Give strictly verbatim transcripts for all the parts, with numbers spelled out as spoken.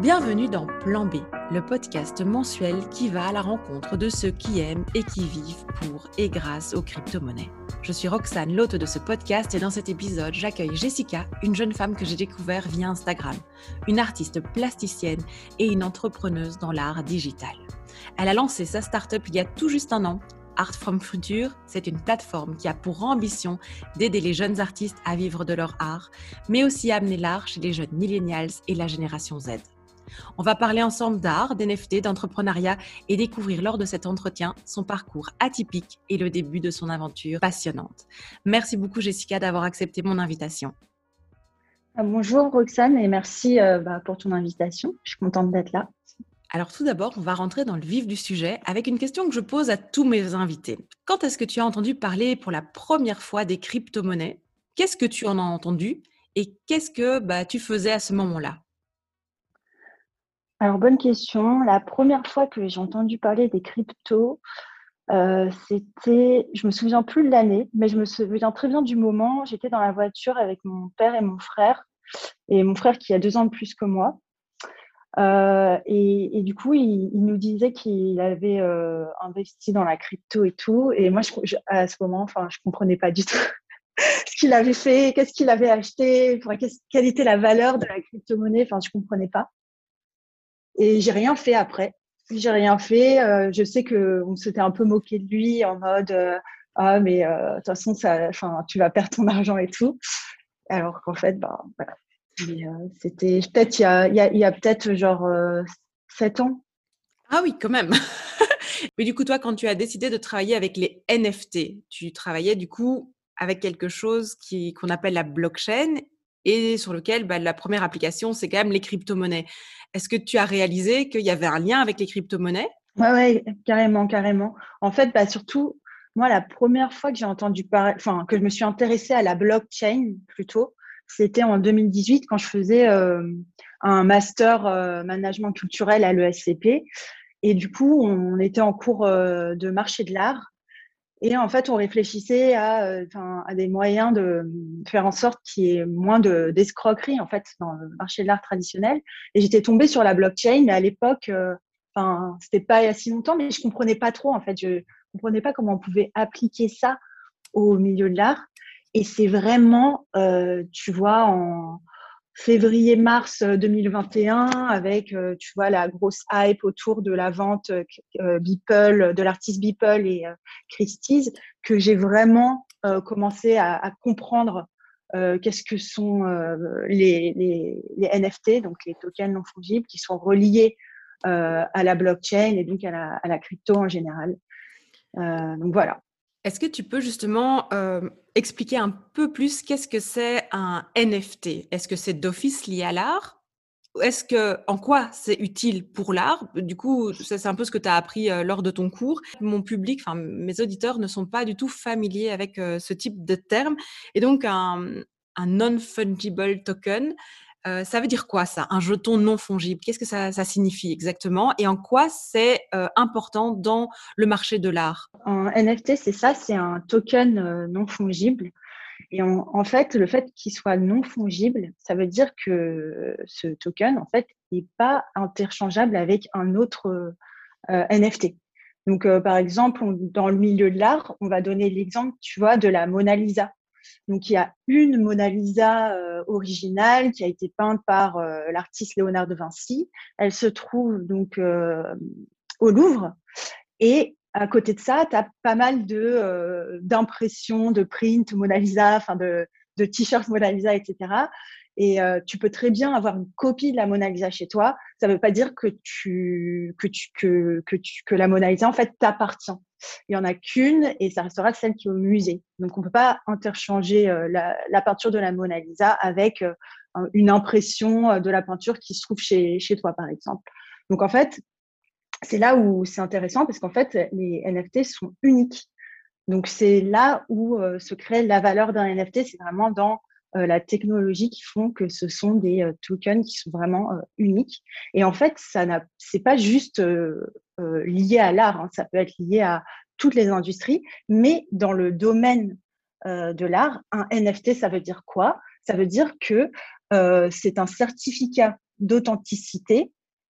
Bienvenue dans Plan B, le podcast mensuel qui va à la rencontre de ceux qui aiment et qui vivent pour et grâce aux crypto-monnaies. Je suis Roxane, l'hôte de ce podcast, et dans cet épisode, j'accueille Jessica, une jeune femme que j'ai découvert via Instagram, une artiste plasticienne et une entrepreneuse dans l'art digital. Elle a lancé sa start-up il y a tout juste un an. Art from Future, c'est une plateforme qui a pour ambition d'aider les jeunes artistes à vivre de leur art, mais aussi à amener l'art chez les jeunes millennials et la génération Z. On va parler ensemble d'art, d'N F T, d'entrepreneuriat et découvrir lors de cet entretien son parcours atypique et le début de son aventure passionnante. Merci beaucoup Jessica d'avoir accepté mon invitation. Bonjour Roxane et merci euh, bah, pour ton invitation. Je suis contente d'être là. Alors tout d'abord, on va rentrer dans le vif du sujet avec une question que je pose à tous mes invités. Quand est-ce que tu as entendu parler pour la première fois des crypto-monnaies ? Qu'est-ce que tu en as entendu et qu'est-ce que bah, tu faisais à ce moment-là ? Alors, bonne question. La première fois que j'ai entendu parler des cryptos, euh, c'était, je me souviens plus de l'année, mais je me souviens très bien du moment. J'étais dans la voiture avec mon père et mon frère, et mon frère qui a deux ans de plus que moi. Euh, et, et du coup, il, il nous disait qu'il avait euh, investi dans la crypto et tout. Et moi, je, je, à ce moment, enfin, je comprenais pas du tout ce qu'il avait fait, qu'est-ce qu'il avait acheté, enfin, quelle était la valeur de la crypto-monnaie. Enfin, je comprenais pas. Et j'ai rien fait après. J'ai rien fait. Euh, je sais qu'on s'était un peu moqué de lui en mode euh, ah mais euh, de toute façon ça, enfin tu vas perdre ton argent et tout. Alors qu'en fait bah voilà. Mais, euh, c'était peut-être il y a il y a, il y a peut-être genre euh, sept ans. Ah oui, quand même. Mais du coup, toi, quand tu as décidé de travailler avec les N F T, tu travaillais du coup avec quelque chose qui, qu'on appelle la blockchain et sur lequel bah, la première application, c'est quand même les crypto-monnaies. Est-ce que tu as réalisé qu'il y avait un lien avec les crypto-monnaies ? Ouais ouais carrément carrément. En fait bah surtout moi la première fois que j'ai entendu parler, enfin que je me suis intéressée à la blockchain plutôt, c'était en deux mille dix-huit quand je faisais euh, un master euh, management culturel à l'E S C P. Et du coup, on était en cours euh, de marché de l'art. Et en fait, on réfléchissait à, euh, à des moyens de faire en sorte qu'il y ait moins de, d'escroquerie en fait, dans le marché de l'art traditionnel. Et j'étais tombée sur la blockchain, mais à l'époque, euh, enfin, c'était pas il y a si longtemps, mais je comprenais pas trop. En fait, je comprenais pas comment on pouvait appliquer ça au milieu de l'art. Et c'est vraiment, euh, tu vois, en février-mars deux mille vingt et un, avec, euh, tu vois, la grosse hype autour de la vente euh, Beeple, de l'artiste Beeple et euh, Christie's, que j'ai vraiment euh, commencé à, à comprendre euh, qu'est-ce que sont euh, les, les, les N F T, donc les tokens non fongibles, qui sont reliés euh, à la blockchain et donc à la, à la crypto en général. Euh, donc voilà. Est-ce que tu peux justement euh, expliquer un peu plus qu'est-ce que c'est un N F T ? Est-ce que c'est d'office lié à l'art ? Est-ce que, en quoi c'est utile pour l'art ? Du coup, ça, c'est un peu ce que tu as appris euh, lors de ton cours. Mon public, enfin mes auditeurs ne sont pas du tout familiers avec euh, ce type de terme. Et donc, un, un non-fungible token, euh, ça veut dire quoi ça ? Un jeton non fongible ? Qu'est-ce que ça, ça signifie exactement ? Et en quoi c'est euh, important dans le marché de l'art ? Un N F T, c'est ça, c'est un token euh, non fongible. Et en, en fait, le fait qu'il soit non fongible, ça veut dire que ce token, en fait, n'est pas interchangeable avec un autre euh, N F T. Donc, euh, par exemple, on, dans le milieu de l'art, on va donner l'exemple, tu vois, de la Mona Lisa. Donc, il y a une Mona Lisa euh, originale qui a été peinte par euh, l'artiste Léonard de Vinci. Elle se trouve donc euh, au Louvre. Et à côté de ça, tu as pas mal de, euh, d'impressions, de prints Mona Lisa, enfin de, de t-shirts Mona Lisa, et cetera. Et euh, tu peux très bien avoir une copie de la Mona Lisa chez toi. Ça ne veut pas dire que, tu, que, tu, que, que, tu, que la Mona Lisa, en fait, t'appartient. Il n'y en a qu'une et ça restera celle qui est au musée. Donc, on ne peut pas interchanger euh, la, la peinture de la Mona Lisa avec euh, une impression de la peinture qui se trouve chez, chez toi, par exemple. Donc, en fait, c'est là où c'est intéressant parce qu'en fait, les N F T sont uniques. Donc, c'est là où euh, se crée la valeur d'un N F T. C'est vraiment dans euh, la technologie qui font que ce sont des euh, tokens qui sont vraiment euh, uniques. Et en fait, ça n'a, c'est pas juste euh, euh, lié à l'art. Hein. Ça peut être lié à toutes les industries. Mais dans le domaine euh, de l'art, un N F T, ça veut dire quoi ? Ça veut dire que euh, c'est un certificat d'authenticité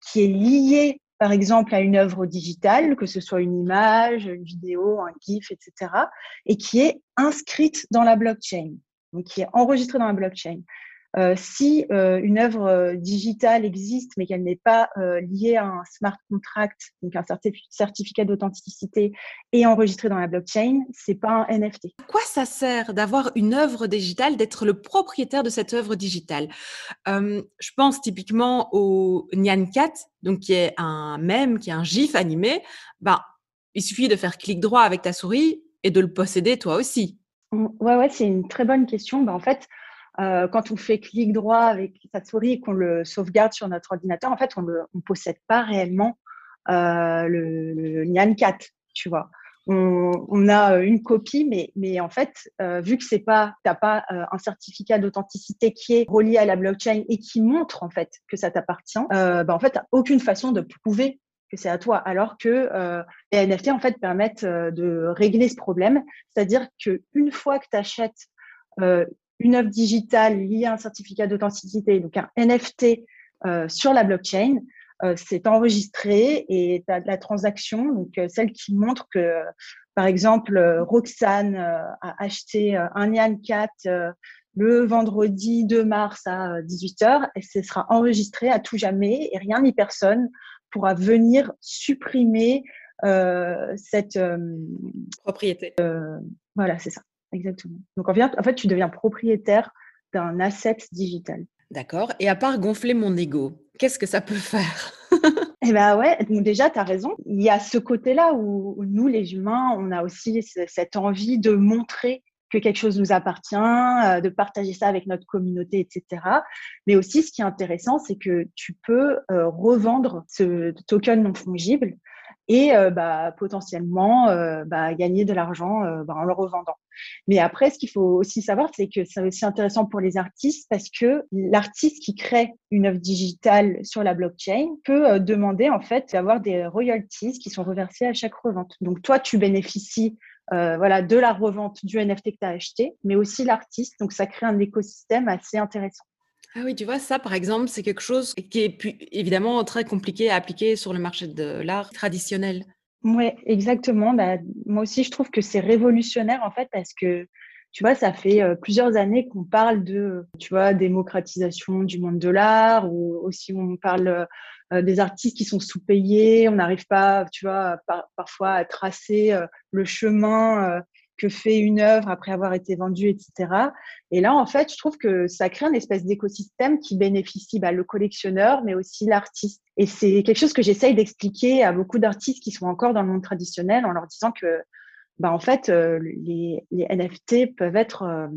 qui est liée, par exemple, à une œuvre digitale, que ce soit une image, une vidéo, un GIF, et cetera, et qui est inscrite dans la blockchain, donc qui est enregistrée dans la blockchain. Euh, si euh, une œuvre euh, digitale existe, mais qu'elle n'est pas euh, liée à un smart contract, donc un certif- certificat d'authenticité, et enregistrée dans la blockchain, c'est pas un N F T. À quoi ça sert d'avoir une œuvre digitale, d'être le propriétaire de cette œuvre digitale? Euh, je pense typiquement au Nyan Cat, donc qui est un mème, qui est un GIF animé. Ben, il suffit de faire clic droit avec ta souris et de le posséder toi aussi. Ouais, ouais, c'est une très bonne question. Ben, en fait, euh, quand on fait clic droit avec sa souris et qu'on le sauvegarde sur notre ordinateur, en fait, on ne possède pas réellement euh, le, le Nyan Cat, tu vois. On, on a une copie, mais, mais en fait, euh, vu que c'est pas, t'as pas euh, un certificat d'authenticité qui est relié à la blockchain et qui montre en fait que ça t'appartient, euh, ben, en fait, t'as aucune façon de prouver que c'est à toi. Alors que euh, les N F T en fait permettent euh, de régler ce problème, c'est-à-dire qu'une fois que tu achètes euh, une œuvre digitale liée à un certificat d'authenticité, donc un N F T euh, sur la blockchain, euh, c'est enregistré et tu as de la transaction, donc euh, celle qui montre que, euh, par exemple, euh, Roxane euh, a acheté euh, un Nyan Cat euh, le vendredi deux mars à dix-huit heures et ce sera enregistré à tout jamais et rien ni personne pourra venir supprimer euh, cette euh, Propriété. Euh, voilà, c'est ça, exactement. Donc en fait, en fait, tu deviens propriétaire d'un asset digital. D'accord. Et à part gonfler mon ego, qu'est-ce que ça peut faire? Eh ben ouais, donc déjà, tu as raison. Il y a ce côté-là où, où nous, les humains, on a aussi ce- cette envie de montrer que quelque chose nous appartient, euh, de partager ça avec notre communauté, et cetera. Mais aussi, ce qui est intéressant, c'est que tu peux euh, revendre ce token non fongible et euh, bah, potentiellement euh, bah, gagner de l'argent euh, bah, en le revendant. Mais après, ce qu'il faut aussi savoir, c'est que c'est aussi intéressant pour les artistes parce que l'artiste qui crée une œuvre digitale sur la blockchain peut euh, demander en fait d'avoir des royalties qui sont reversées à chaque revente. Donc toi, tu bénéficies euh, voilà, de la revente du N F T que tu as acheté, mais aussi l'artiste. Donc ça crée un écosystème assez intéressant. Ah oui, tu vois, ça, par exemple, c'est quelque chose qui est pu- évidemment très compliqué à appliquer sur le marché de l'art traditionnel. Oui, exactement. Bah, moi aussi, je trouve que c'est révolutionnaire en fait parce que tu vois, ça fait euh, plusieurs années qu'on parle de, tu vois, démocratisation du monde de l'art ou aussi on parle euh, des artistes qui sont sous-payés. On n'arrive pas, tu vois, par- parfois à tracer euh, le chemin euh, que fait une œuvre après avoir été vendue, et cetera. Et là, en fait, je trouve que ça crée une espèce d'écosystème qui bénéficie bah, le collectionneur, mais aussi l'artiste. Et c'est quelque chose que j'essaye d'expliquer à beaucoup d'artistes qui sont encore dans le monde traditionnel en leur disant que, bah, en fait, euh, les, les N F T peuvent être euh,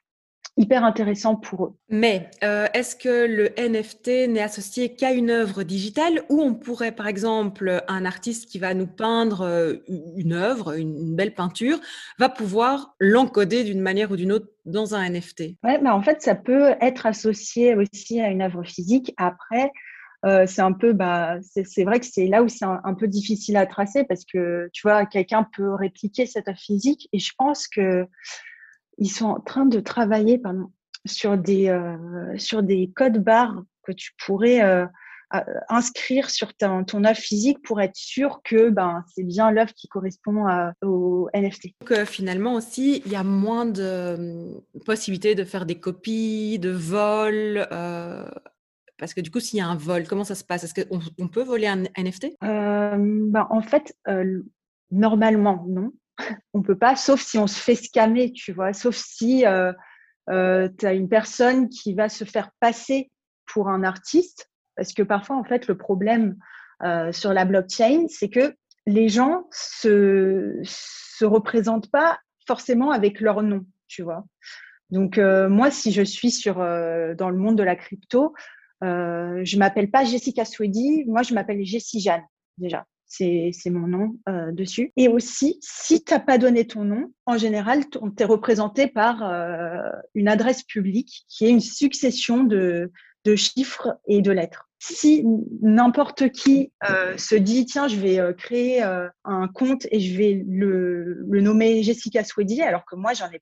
hyper intéressants pour eux. Mais euh, est-ce que le N F T n'est associé qu'à une œuvre digitale ou on pourrait, par exemple, un artiste qui va nous peindre euh, une œuvre, une, une belle peinture, va pouvoir l'encoder d'une manière ou d'une autre dans un N F T? Ouais, bah, en fait, ça peut être associé aussi à une œuvre physique. Après, euh, c'est un peu, bah, c'est, c'est vrai que c'est là où c'est un, un peu difficile à tracer parce que, tu vois, quelqu'un peut répliquer cette œuvre physique et je pense que ils sont en train de travailler pardon, sur des, euh, sur des codes barres que tu pourrais euh, euh, inscrire sur ta, ton œuvre physique pour être sûr que ben, c'est bien l'œuvre qui correspond à, au N F T. Donc euh, finalement aussi, il y a moins de euh, possibilités de faire des copies, de vols, euh, parce que du coup, s'il y a un vol, comment ça se passe? Est-ce qu'on on peut voler un N F T? Euh, ben, en fait, euh, normalement, non. On peut pas, sauf si on se fait scammer, tu vois, sauf si euh, euh, tu as une personne qui va se faire passer pour un artiste, parce que parfois, en fait, le problème euh, sur la blockchain, c'est que les gens se, se représentent pas forcément avec leur nom, tu vois. Donc, euh, moi, si je suis sur, euh, dans le monde de la crypto, euh, je m'appelle pas Jessica Swedy, moi, je m'appelle Jessie Jeanne, déjà. C'est, c'est mon nom euh, dessus. Et aussi, si tu n'as pas donné ton nom, en général, on t'est représenté par euh, une adresse publique qui est une succession de, de chiffres et de lettres. Si n'importe qui euh, se dit, tiens, je vais euh, créer euh, un compte et je vais le, le nommer Jessica Swedy, alors que moi, j'en ai pas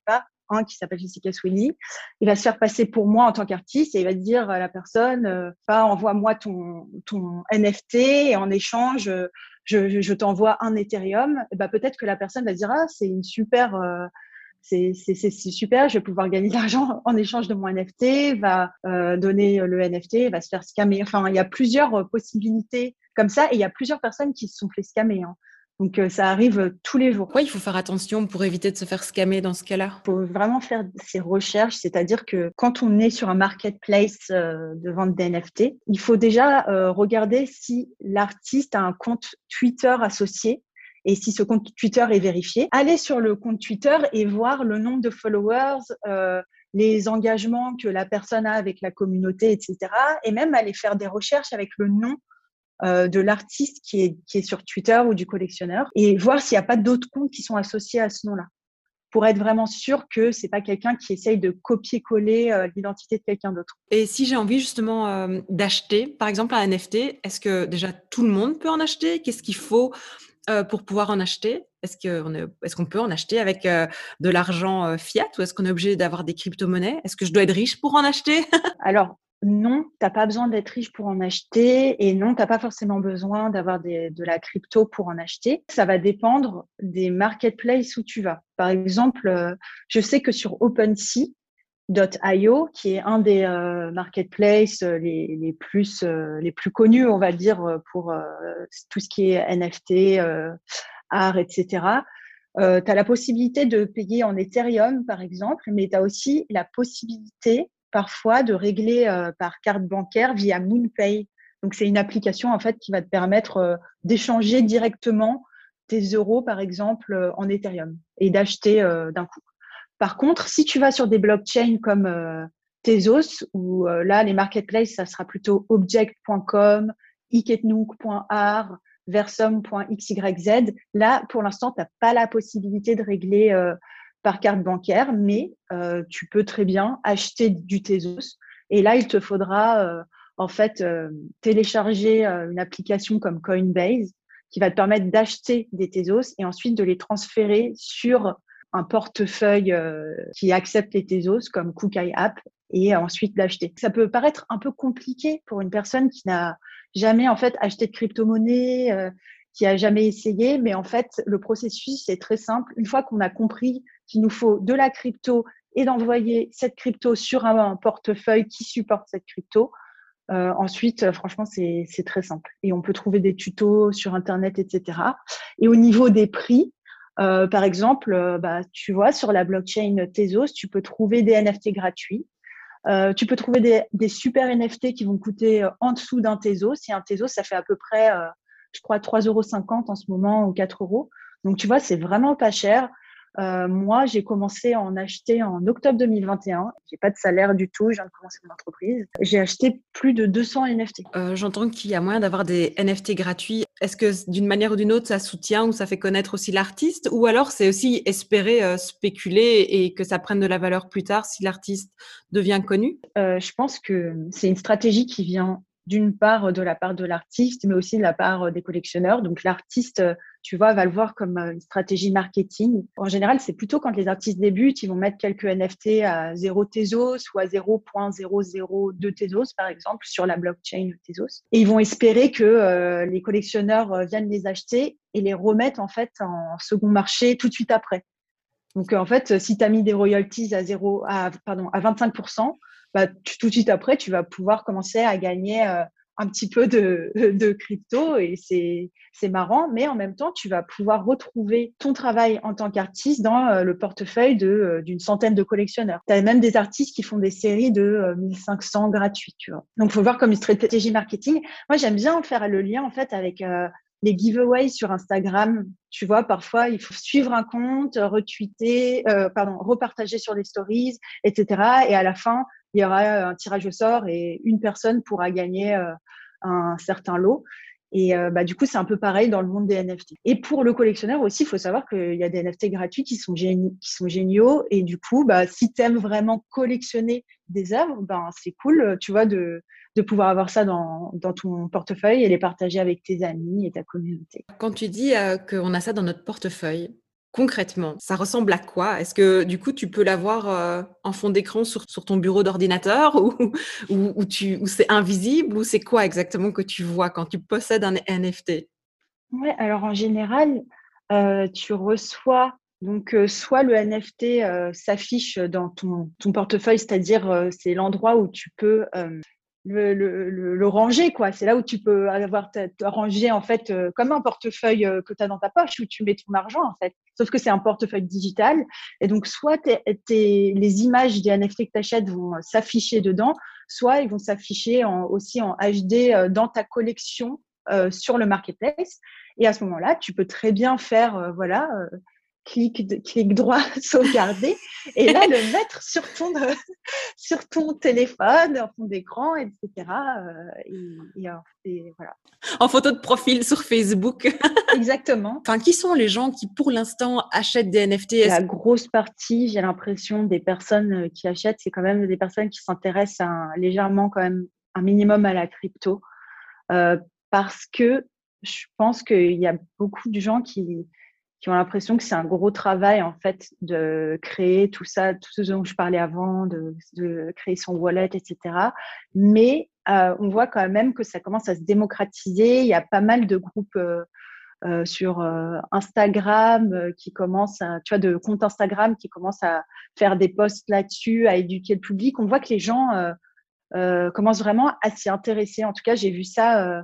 un qui s'appelle Jessica Sweeney. Il va se faire passer pour moi en tant qu'artiste et il va dire à la personne, euh, bah, envoie-moi ton, ton N F T et en échange, euh, je, je, je t'envoie un Ethereum. Et bah, peut-être que la personne va dire, ah, c'est une super, euh, c'est, c'est, c'est, c'est super, je vais pouvoir gagner de l'argent en échange de mon N F T, va euh, donner le N F T, va se faire scammer. Enfin, il y a plusieurs possibilités comme ça et il y a plusieurs personnes qui se sont fait scammer, hein. Donc, euh, ça arrive tous les jours. Pourquoi il faut faire attention pour éviter de se faire scammer dans ce cas-là? Il faut vraiment faire ses recherches, c'est-à-dire que quand on est sur un marketplace euh, de vente d'N F T, il faut déjà euh, regarder si l'artiste a un compte Twitter associé et si ce compte Twitter est vérifié. Aller sur le compte Twitter et voir le nombre de followers, euh, les engagements que la personne a avec la communauté, et cetera. Et même aller faire des recherches avec le nom Euh, de l'artiste qui est, qui est sur Twitter ou du collectionneur et voir s'il n'y a pas d'autres comptes qui sont associés à ce nom-là pour être vraiment sûr que c'est pas quelqu'un qui essaye de copier-coller euh, l'identité de quelqu'un d'autre. Et si j'ai envie justement euh, d'acheter, par exemple, un N F T, est-ce que déjà tout le monde peut en acheter? Qu'est-ce qu'il faut euh, pour pouvoir en acheter? Est-ce qu'on est, est-ce qu'on peut en acheter avec euh, de l'argent euh, fiat ou est-ce qu'on est obligé d'avoir des crypto-monnaies? Est-ce que je dois être riche pour en acheter? Alors, non, tu n'as pas besoin d'être riche pour en acheter et non, tu n'as pas forcément besoin d'avoir des, de la crypto pour en acheter. Ça va dépendre des marketplaces où tu vas. Par exemple, euh, je sais que sur OpenSea dot i o, qui est un des euh, marketplaces les, les, plus, euh, les plus connus, on va dire, pour euh, tout ce qui est N F T, euh, art, et cetera. Euh, tu as la possibilité de payer en Ethereum, par exemple, mais tu as aussi la possibilité parfois de régler euh, par carte bancaire via MoonPay. Donc, c'est une application en fait qui va te permettre euh, d'échanger directement tes euros, par exemple, euh, en Ethereum et d'acheter euh, d'un coup. Par contre, si tu vas sur des blockchains comme euh, Tezos, où euh, là, les marketplaces, ça sera plutôt object point com, iketnook point art, versum point x y z. Là, pour l'instant, tu n'as pas la possibilité de régler euh, par carte bancaire, mais euh, tu peux très bien acheter du Tezos. Et là, il te faudra euh, en fait euh, télécharger euh, une application comme Coinbase qui va te permettre d'acheter des Tezos et ensuite de les transférer sur un portefeuille euh, qui accepte les Tezos comme Kukai App et ensuite l'acheter. Ça peut paraître un peu compliqué pour une personne qui n'a jamais en fait acheté de crypto-monnaie, euh, qui a jamais essayé, mais en fait le processus est très simple. Une fois qu'on a compris qu'il nous faut de la crypto et d'envoyer cette crypto sur un, un portefeuille qui supporte cette crypto, euh, ensuite, euh, franchement, c'est, c'est très simple. Et on peut trouver des tutos sur Internet, et cetera. Et au niveau des prix, euh, par exemple, euh, bah, tu vois, sur la blockchain Tezos, tu peux trouver des N F T gratuits. Euh, tu peux trouver des, des super N F T qui vont coûter euh, en dessous d'un Tezos. Et un Tezos, ça fait à peu près, euh, je crois, trois euros cinquante en ce moment ou quatre euros. Donc, tu vois, c'est vraiment pas cher. Euh, moi, j'ai commencé à en acheter en octobre deux mille vingt et un. J'ai pas de salaire du tout, je viens de commencer mon entreprise. J'ai acheté plus de deux cents N F T. Euh, j'entends qu'il y a moyen d'avoir des N F T gratuits. Est-ce que d'une manière ou d'une autre, ça soutient ou ça fait connaître aussi l'artiste? Ou alors c'est aussi espérer euh, spéculer et que ça prenne de la valeur plus tard si l'artiste devient connu? Euh, je pense que c'est une stratégie qui vient d'une part de la part de l'artiste, mais aussi de la part des collectionneurs. Donc l'artiste, tu vois, va le voir comme une stratégie marketing. En général, c'est plutôt quand les artistes débutent, ils vont mettre quelques N F T à zéro Tezos ou à zéro virgule zéro zéro deux Tezos, par exemple, sur la blockchain Tezos. Et ils vont espérer que euh, les collectionneurs viennent les acheter et les remettent en fait en second marché tout de suite après. Donc, en fait, si tu as mis des royalties à zéro, à, pardon, à vingt-cinq pour cent, bah, tu, tout de suite après, tu vas pouvoir commencer à gagner euh, un petit peu de, de crypto et c'est, c'est marrant. Mais en même temps, tu vas pouvoir retrouver ton travail en tant qu'artiste dans euh, le portefeuille de, euh, d'une centaine de collectionneurs. Tu as même des artistes qui font des séries de euh, mille cinq cents gratuits, tu vois. Donc, il faut voir comme une stratégie marketing. Moi, j'aime bien faire le lien, en fait, avec euh, les giveaways sur Instagram. Tu vois, parfois, il faut suivre un compte, retweeter, euh, pardon, repartager sur les stories, et cetera. Et à la fin, il y aura un tirage au sort et une personne pourra gagner euh, un certain lot. Et euh, bah, du coup, c'est un peu pareil dans le monde des N F T. Et pour le collectionneur aussi, il faut savoir qu'il y a des N F T gratuits qui sont, géni- qui sont géniaux. Et du coup, bah, si tu aimes vraiment collectionner des œuvres, ben, c'est cool, tu vois, de, de pouvoir avoir ça dans, dans ton portefeuille et les partager avec tes amis et ta communauté. Quand tu dis euh, qu'on a ça dans notre portefeuille, Concrètement, ça ressemble à quoi? Est-ce que du coup, tu peux l'avoir, heu, en fond d'écran sur sur ton bureau d'ordinateur ou ou ou tu ou c'est invisible ou c'est quoi exactement que tu vois quand tu possèdes un N F T? Ouais, alors en général, heu, tu reçois donc heu, soit le N F T, heu, s'affiche dans ton ton portefeuille, c'est-à-dire, heu, c'est l'endroit où tu peux, hem, le le le le ranger quoi. C'est là où tu peux avoir ta te ranger en fait, heu, comme un portefeuille, heu, que tu as dans ta poche où tu mets ton argent en fait. Sauf que c'est un portefeuille digital et donc soit tes tes les images des N F T que tu achètes vont s'afficher dedans, soit ils vont s'afficher en aussi en H D, heu, dans ta collection, heu, sur le marketplace. Et à ce moment-là, tu peux très bien faire, heu, voilà, heu, clic d clic droit, sauvegarder et là le mettre sur ton, heu, sur ton téléphone, en fond d'écran et cetera, heu et et alors et voilà. En photo de profil sur Facebook. Exactement. Enfin, qui sont les gens qui, pour l'instant, achètent des N F T? Est-ce La grosse partie, j'ai l'impression des personnes, heu, qui achètent, c'est quand même des personnes qui s'intéressent à un légèrement quand même, un minimum à la crypto, heu, parce que je pense qu'il y a beaucoup de gens qui qui ont l'impression que c'est un gros travail en fait de créer tout ça, tout ce dont je parlais avant, de de créer son wallet et cetera. Mais, heu, on voit quand même que ça commence à se démocratiser. Il y a pas mal de groupes, heu heu, sur, heu, Instagram, heu, qui commencent à tu vois, de comptes Instagram qui commencent à faire des posts là-dessus, à éduquer le public. On voit que les gens, heu heu, commencent vraiment à s'y intéresser. En tout cas, j'ai vu ça, heu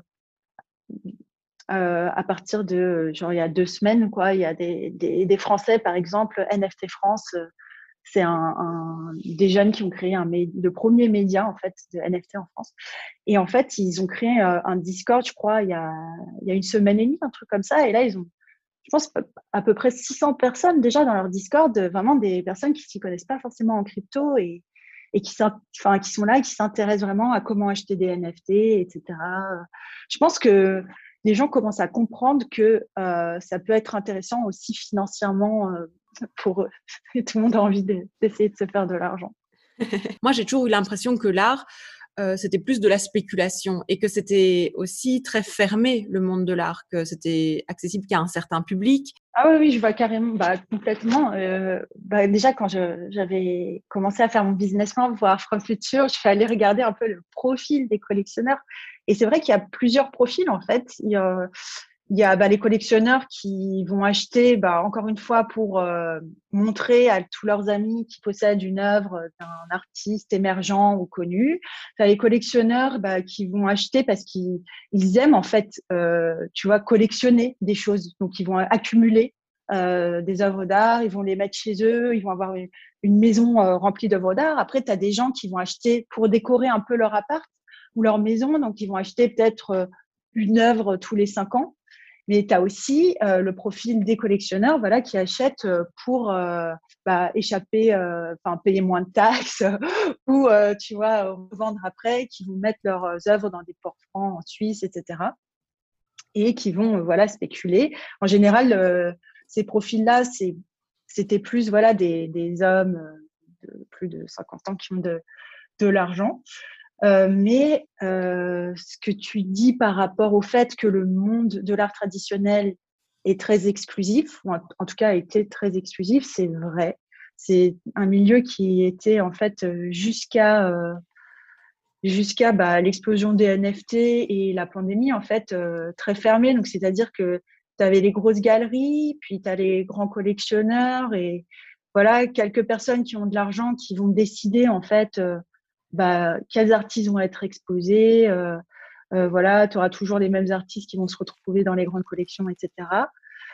Heu, à partir de, genre, il y a deux semaines, quoi, il y a des des des Français, par exemple, N F T France, heu, c'est un un des jeunes qui ont créé un mé le premier média, en fait, de N F T en France et en fait, ils ont créé, heu, un Discord, je crois, il y a il y a une semaine et demie, un truc comme ça et là, ils ont, je pense, p à peu près six cents personnes déjà dans leur Discord, heu, vraiment des personnes qui s'y connaissent pas forcément en crypto et et qui s'int enfin, qui sont là et qui s'intéressent vraiment à comment acheter des N F T et cetera. Je pense que les gens commencent à comprendre que, heu, ça peut être intéressant aussi financièrement, heu, pour eux et tout le monde a envie de d'essayer de se faire de l'argent. Moi, j'ai toujours eu l'impression que l'art, heu, c'était plus de la spéculation et que c'était aussi très fermé, le monde de l'art, que c'était accessible qu'à un certain public. Ah oui, oui, je vois carrément, bah, complètement. Heu, bah, déjà quand je j'avais commencé à faire mon business plan, voir From Future, je suis allée regarder un peu le profil des collectionneurs et c'est vrai qu'il y a plusieurs profils en fait. Il y a il y a, bah, les collectionneurs qui vont acheter, bah, encore une fois pour, heu, montrer à tous leurs amis qu'ils possèdent une œuvre d'un artiste émergent ou connu. Tu as les collectionneurs, bah, qui vont acheter parce qu'ils ils aiment en fait, heu, tu vois, collectionner des choses. Donc ils vont accumuler, heu, des œuvres d'art, ils vont les mettre chez eux, ils vont avoir une une maison, heu, remplie d'œuvres d'art. Après, tu as des gens qui vont acheter pour décorer un peu leur appart ou leur maison, donc ils vont acheter peut-être, heu, une œuvre tous les cinq ans. Mais tu as aussi, heu, le profil des collectionneurs, voilà, qui achètent, heu, pour, heu, bah, échapper, heu, enfin payer moins de taxes ou, heu, tu vois, revendre après, qui vont mettre leurs œuvres dans des porte-francs en Suisse et cetera et qui vont, heu, voilà, spéculer. En général, heu, ces profils-là, c'est c'était plus, voilà, des des hommes, heu, de plus de cinquante ans qui ont de de l'argent. Heu, mais heu, ce que tu dis par rapport au fait que le monde de l'art traditionnel est très exclusif, ou en en tout cas a été très exclusif, c'est vrai. C'est un milieu qui était en fait, heu, jusqu'à, heu, jusqu'à, bah, l'explosion des N F T et la pandémie en fait, heu, très fermé. Donc c'est-à-dire que tu avais les grosses galeries, puis tu as les grands collectionneurs et voilà, quelques personnes qui ont de l'argent qui vont décider en fait, heu, bah, quels artistes vont être exposés, heu heu, voilà, tu auras toujours les mêmes artistes qui vont se retrouver dans les grandes collections et cetera.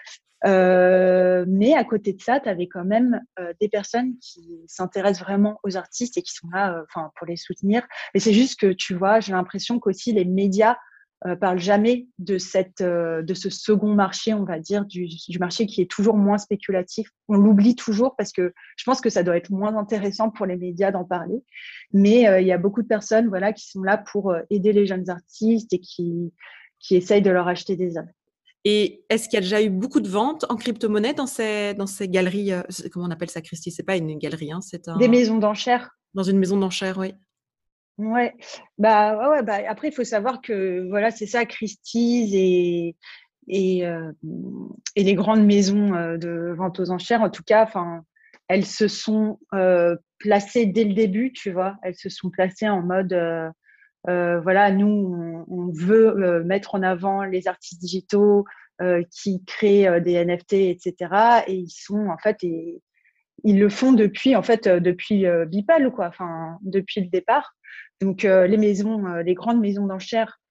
Heu, mais à côté de ça, tu avais quand même, heu, des personnes qui s'intéressent vraiment aux artistes et qui sont là, heu, enfin, pour les soutenir. Mais c'est juste que, tu vois, j'ai l'impression qu'aussi les médias, heu, parlent jamais de cette, heu, de ce second marché, on va dire, du du marché qui est toujours moins spéculatif. On l'oublie toujours parce que je pense que ça doit être moins intéressant pour les médias d'en parler. Mais, heu, il y a beaucoup de personnes, voilà, qui sont là pour, heu, aider les jeunes artistes et qui qui essayent de leur acheter des œuvres. Et est-ce qu'il y a déjà eu beaucoup de ventes en crypto-monnaie dans ces dans ces galeries, heu, c'est comment on appelle ça, Christy? C'est pas une galerie, hein, c'est Des un maisons d'enchères. dans une maison d'enchères, oui. Ouais, bah, ouais, ouais, bah, après, il faut savoir que, voilà, c'est ça, Christie's et Et, euh, et les grandes maisons euh, de vente aux enchères, en tout cas, enfin, elles se sont euh, placées dès le début, tu vois. Elles se sont placées en mode, euh, euh, voilà, nous, on, on veut euh, mettre en avant les artistes digitaux euh, qui créent euh, des N F T, et cetera. Et ils sont, en fait, et, ils le font depuis, en fait, euh, depuis euh, Beeple, quoi, enfin, depuis le départ. Donc, euh, les maisons, euh, les grandes maisons d'enchères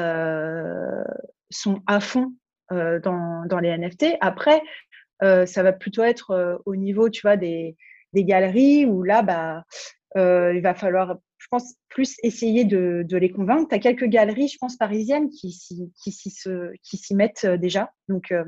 euh, sont à fond euh, dans, dans les N F T. Après, euh, ça va plutôt être euh, au niveau, tu vois, des, des galeries où là, bah, euh, il va falloir, je pense, plus essayer de, de les convaincre. Tu as quelques galeries, je pense, parisiennes qui s'y, qui s'y, se, qui s'y mettent euh, déjà, donc euh,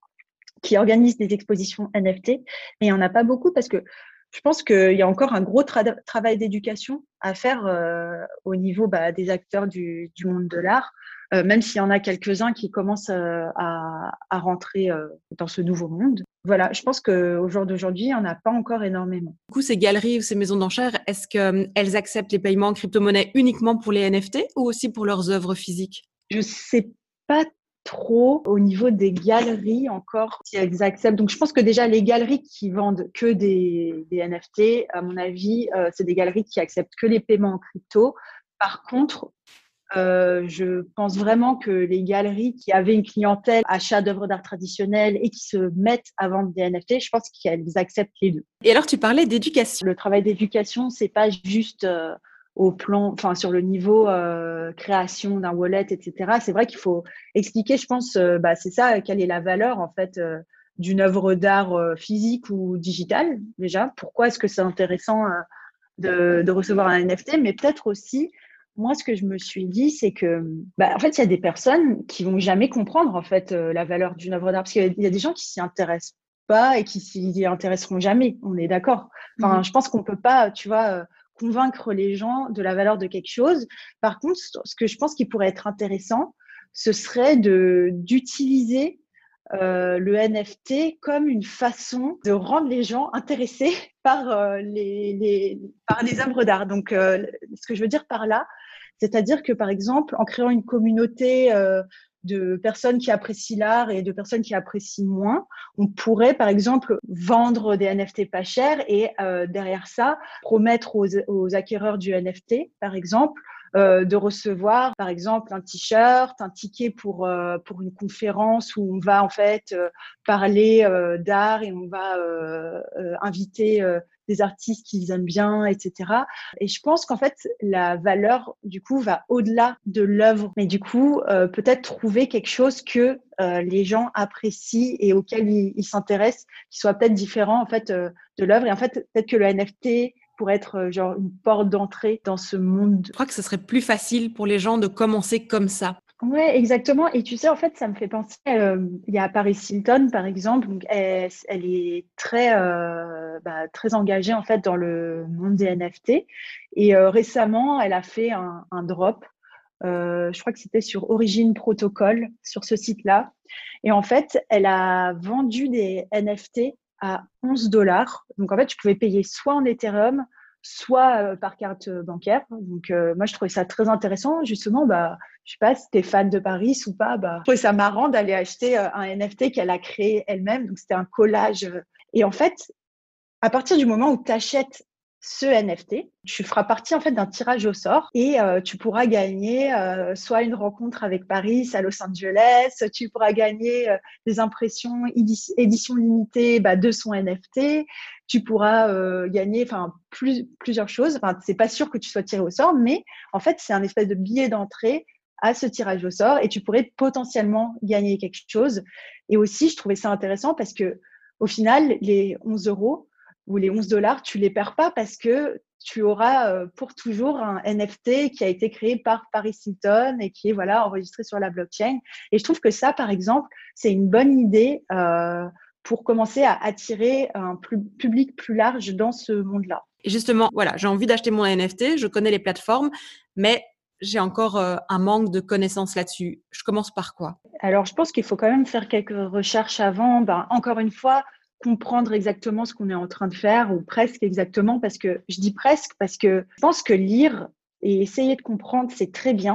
qui organisent des expositions N F T. Mais il n'y en a pas beaucoup parce que je pense qu'il y a encore un gros tra- travail d'éducation à faire euh, au niveau bah, des acteurs du, du monde de l'art, euh, même s'il y en a quelques-uns qui commencent euh, à, à rentrer euh, dans ce nouveau monde. Voilà, je pense qu'au jour d'aujourd'hui, il n'y en a pas encore énormément. Du coup, ces galeries ou ces maisons d'enchères, est-ce qu'elles acceptent les paiements en crypto-monnaie uniquement pour les N F T ou aussi pour leurs œuvres physiques? Je ne sais pas trop au niveau des galeries encore si elles acceptent. Donc, je pense que déjà, les galeries qui vendent que des, des N F T, à mon avis, euh, c'est des galeries qui acceptent que les paiements en crypto. Par contre, euh, je pense vraiment que les galeries qui avaient une clientèle achat d'œuvres d'art traditionnelles et qui se mettent à vendre des N F T, je pense qu'elles acceptent les deux. Et alors, tu parlais d'éducation. Le travail d'éducation, c'est pas juste euh, au plan, enfin sur le niveau euh, création d'un wallet, et cetera. C'est vrai qu'il faut expliquer, je pense, euh, bah, c'est ça, quelle est la valeur en fait euh, d'une œuvre d'art euh, physique ou digitale déjà. Pourquoi est-ce que c'est intéressant euh, de, de recevoir un N F T, mais peut-être aussi, moi, ce que je me suis dit, c'est que, bah, en fait, il y a des personnes qui vont jamais comprendre en fait euh, la valeur d'une œuvre d'art, parce qu'il y a des gens qui s'y intéressent pas et qui s'y intéresseront jamais. On est d'accord. Enfin, Mhm. je pense qu'on peut pas, tu vois, euh, convaincre les gens de la valeur de quelque chose. Par contre, ce que je pense qui pourrait être intéressant, ce serait de d'utiliser euh, le N F T comme une façon de rendre les gens intéressés par euh, les, les, par les œuvres d'art. Donc, euh, ce que je veux dire par là, c'est-à-dire que, par exemple, en créant une communauté euh, de personnes qui apprécient l'art et de personnes qui apprécient moins, on pourrait, par exemple, vendre des N F T pas chers et euh, derrière ça, promettre aux, aux acquéreurs du N F T, par exemple, euh, de recevoir, par exemple, un t-shirt, un ticket pour, euh, pour une conférence où on va en fait euh, parler euh, d'art et on va euh, euh, inviter euh, des artistes qu'ils aiment bien, et cetera. Et je pense qu'en fait, la valeur, du coup, va au-delà de l'œuvre. Mais du coup, euh, peut-être trouver quelque chose que euh, les gens apprécient et auquel ils, ils s'intéressent, qui soit peut-être différent en fait euh, de l'œuvre. Et en fait, peut-être que le N F T pour être euh, genre une porte d'entrée dans ce monde. Je crois que ce serait plus facile pour les gens de commencer comme ça. Ouais, exactement. Et tu sais, en fait, ça me fait penser, euh, il y a Paris Hilton, par exemple, donc elle, elle est très, euh, bah, très engagée en fait dans le monde des N F T. Et euh, récemment, elle a fait un, un drop. Euh, je crois que c'était sur Origin Protocol, sur ce site-là. Et en fait, elle a vendu des N F T à onze dollars. Donc, en fait, tu pouvais payer soit en Ethereum, soit euh, par carte bancaire. Donc, euh, moi, je trouvais ça très intéressant. Justement, bah, je sais pas si tu es fan de Paris ou pas. Bah, je trouvais ça marrant d'aller acheter euh, un N F T qu'elle a créé elle-même. Donc, c'était un collage. Et en fait, à partir du moment où tu achètes ce N F T, tu feras partie en fait d'un tirage au sort et euh, tu pourras gagner euh, soit une rencontre avec Paris à Los Angeles, tu pourras gagner euh, des impressions édi- édition limitée bah, de son N F T, tu pourras euh, gagner enfin plus, plusieurs choses. Enfin, c'est pas sûr que tu sois tiré au sort, mais en fait c'est un espèce de billet d'entrée à ce tirage au sort et tu pourrais potentiellement gagner quelque chose. Et aussi, je trouvais ça intéressant parce que au final, les onze euros ou les onze dollars, tu les perds pas parce que tu auras euh, pour toujours un N F T qui a été créé par Paris Hilton et qui est voilà, enregistré sur la blockchain. Et je trouve que ça, par exemple, c'est une bonne idée euh, pour commencer à attirer un plus, public plus large dans ce monde-là. Et justement, voilà, j'ai envie d'acheter mon N F T, je connais les plateformes, mais j'ai encore euh, un manque de connaissances là-dessus. Je commence par quoi? Alors, je pense qu'il faut quand même faire quelques recherches avant. Ben, encore une fois, comprendre exactement ce qu'on est en train de faire ou presque exactement parce que je dis presque parce que je pense que lire et essayer de comprendre, c'est très bien.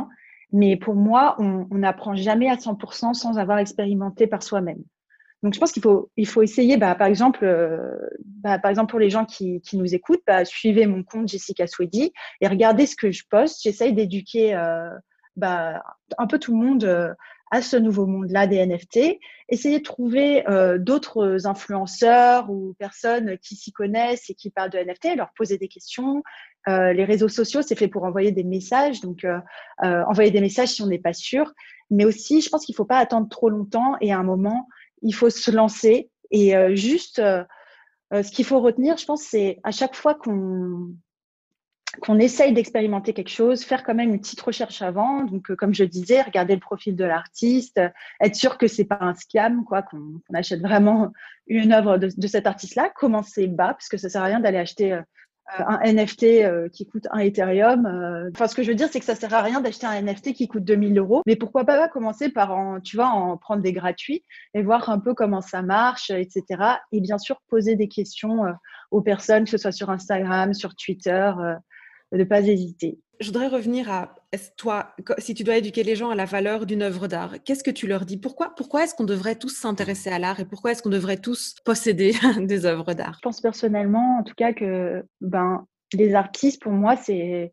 Mais pour moi, on n'apprend jamais à cent pour cent sans avoir expérimenté par soi-même. Donc, je pense qu'il faut, il faut essayer, bah, par exemple, euh, bah, par exemple, pour les gens qui, qui nous écoutent, bah, suivez mon compte Jessica Swedy et regardez ce que je poste. J'essaye d'éduquer euh, bah, un peu tout le monde euh, à ce nouveau monde-là des N F T. Essayez de trouver euh, d'autres influenceurs ou personnes qui s'y connaissent et qui parlent de N F T, leur poser des questions. Euh, les réseaux sociaux, c'est fait pour envoyer des messages, donc euh, euh, envoyer des messages si on n'est pas sûr. Mais aussi, je pense qu'il ne faut pas attendre trop longtemps et à un moment, il faut se lancer. Et euh, juste, euh, euh, ce qu'il faut retenir, je pense, c'est à chaque fois qu'on qu'on essaye d'expérimenter quelque chose, faire quand même une petite recherche avant. Donc, euh, comme je disais, regarder le profil de l'artiste, euh, être sûr que c'est pas un scam, quoi, qu'on, qu'on achète vraiment une œuvre de, de cet artiste-là. Commencer bas, parce que ça sert à rien d'aller acheter euh, un N F T euh, qui coûte un Ethereum. Euh. Enfin, ce que je veux dire, c'est que ça sert à rien d'acheter un N F T qui coûte deux mille euros. Mais pourquoi pas commencer par en, tu vois, en prendre des gratuits et voir un peu comment ça marche, et cetera. Et bien sûr, poser des questions euh, aux personnes, que ce soit sur Instagram, sur Twitter. Euh, de ne pas hésiter. Je voudrais revenir à toi, si tu dois éduquer les gens à la valeur d'une œuvre d'art, qu'est-ce que tu leur dis? Pourquoi, pourquoi est-ce qu'on devrait tous s'intéresser à l'art et pourquoi est-ce qu'on devrait tous posséder des œuvres d'art? Je pense personnellement, en tout cas, que ben, les artistes, pour moi, c'est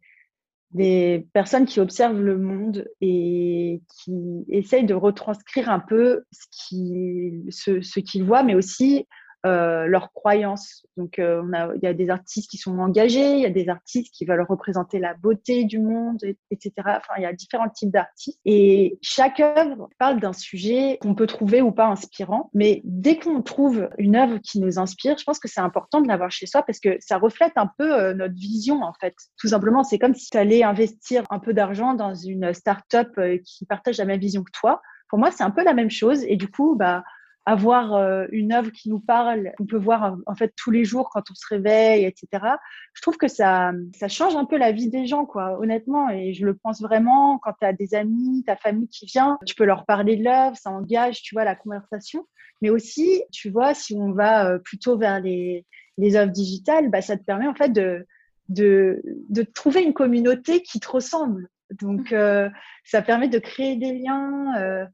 des personnes qui observent le monde et qui essayent de retranscrire un peu ce qu'ils, ce, ce qu'ils voient, mais aussi euh, leurs croyances. Donc, euh, on a, il y a des artistes qui sont engagés, il y a des artistes qui veulent représenter la beauté du monde, et, etc. Enfin, il y a différents types d'artistes. Et chaque œuvre parle d'un sujet qu'on peut trouver ou pas inspirant. Mais dès qu'on trouve une œuvre qui nous inspire, je pense que c'est important de l'avoir chez soi parce que ça reflète un peu euh, notre vision, en fait. Tout simplement, c'est comme si tu allais investir un peu d'argent dans une start-up euh, qui partage la même vision que toi. Pour moi, c'est un peu la même chose. Et du coup, bah, avoir euh, une œuvre qui nous parle, qu'on peut voir en fait tous les jours quand on se réveille, et cetera. Je trouve que ça, ça change un peu la vie des gens, quoi, honnêtement. Et je le pense vraiment quand tu as des amis, ta famille qui vient, tu peux leur parler de l'œuvre, ça engage, tu vois, la conversation. Mais aussi, tu vois, si on va euh, plutôt vers les, les œuvres digitales, bah, ça te permet en fait de, de, de trouver une communauté qui te ressemble. Donc, euh, ça permet de créer des liens. Euh,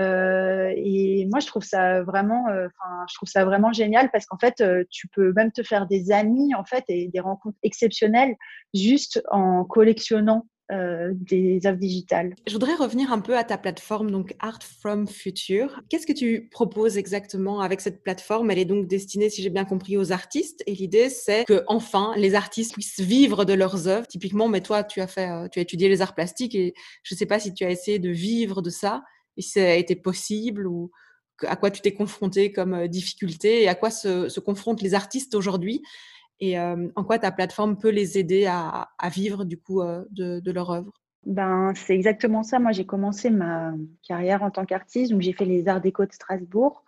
euh, et moi, je trouve ça vraiment, euh, enfin, je trouve ça vraiment génial parce qu'en fait, euh, tu peux même te faire des amis en fait et des rencontres exceptionnelles juste en collectionnant euh, des œuvres digitales. Je voudrais revenir un peu à ta plateforme, donc Art from Future. Qu'est-ce que tu proposes exactement avec cette plateforme? Elle est donc destinée, si j'ai bien compris, aux artistes. Et l'idée, c'est que enfin les artistes puissent vivre de leurs œuvres. Typiquement, mais toi, tu as fait, euh, tu as étudié les arts plastiques et je ne sais pas si tu as essayé de vivre de ça et si ça a été possible ou à quoi tu t'es confronté comme euh, difficulté et à quoi se, se confrontent les artistes aujourd'hui et euh, en quoi ta plateforme peut les aider à, à vivre du coup euh, de, de leur œuvre. Ben, c'est exactement ça. Moi, j'ai commencé ma carrière en tant qu'artiste. Donc, j'ai fait les Arts Déco de Strasbourg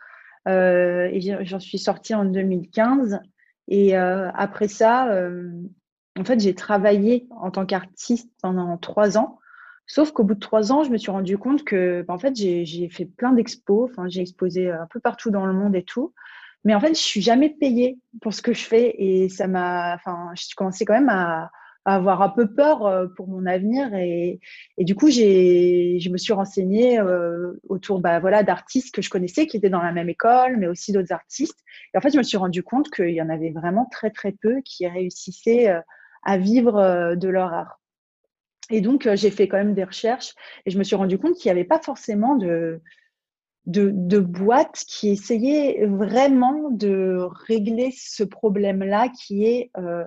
euh, et j'en suis sortie en deux mille quinze. Et euh, après ça, euh, en fait, j'ai travaillé en tant qu'artiste pendant trois ans. Sauf qu'au bout de trois ans, je me suis rendu compte que, ben, en fait, j'ai, j'ai fait plein d'expos. Enfin, j'ai exposé un peu partout dans le monde et tout. Mais en fait, je suis jamais payée pour ce que je fais et ça m'a, enfin, je commençais quand même à à avoir un peu peur euh, pour mon avenir et, et du coup j'ai je me suis renseignée euh, autour bah voilà d'artistes que je connaissais qui étaient dans la même école mais aussi d'autres artistes et en fait je me suis rendu compte qu'il y en avait vraiment très très peu qui réussissaient euh, à vivre euh, de leur art et donc euh, j'ai fait quand même des recherches et je me suis rendu compte qu'il n'y avait pas forcément de de, de boîtes qui essayaient vraiment de régler ce problème-là qui est euh,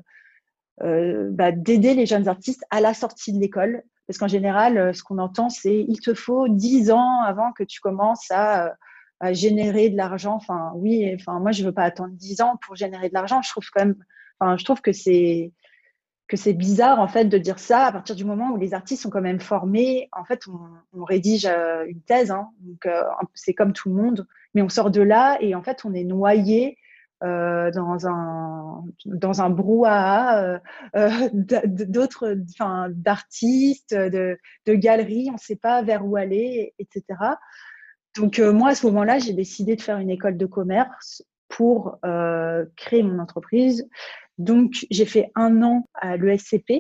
euh, bah, d'aider les jeunes artistes à la sortie de l'école. Parce qu'en général, euh, ce qu'on entend, c'est il te faut dix ans avant que tu commences à, euh, à générer de l'argent. Enfin, oui, enfin, moi, je ne veux pas attendre dix ans pour générer de l'argent. Je trouve quand même, enfin, je trouve que c'est que c'est bizarre en fait de dire ça à partir du moment où les artistes sont quand même formés. En fait, on, on rédige euh, une thèse, hein, donc euh, c'est comme tout le monde, mais on sort de là et en fait, on est noyé euh, dans un dans un brouhaha euh, euh, d'autres, enfin d'artistes, de, de galeries, on ne sait pas vers où aller, et cetera. Donc euh, moi à ce moment-là, j'ai décidé de faire une école de commerce pour euh, créer mon entreprise. Donc j'ai fait un an à l'E S C P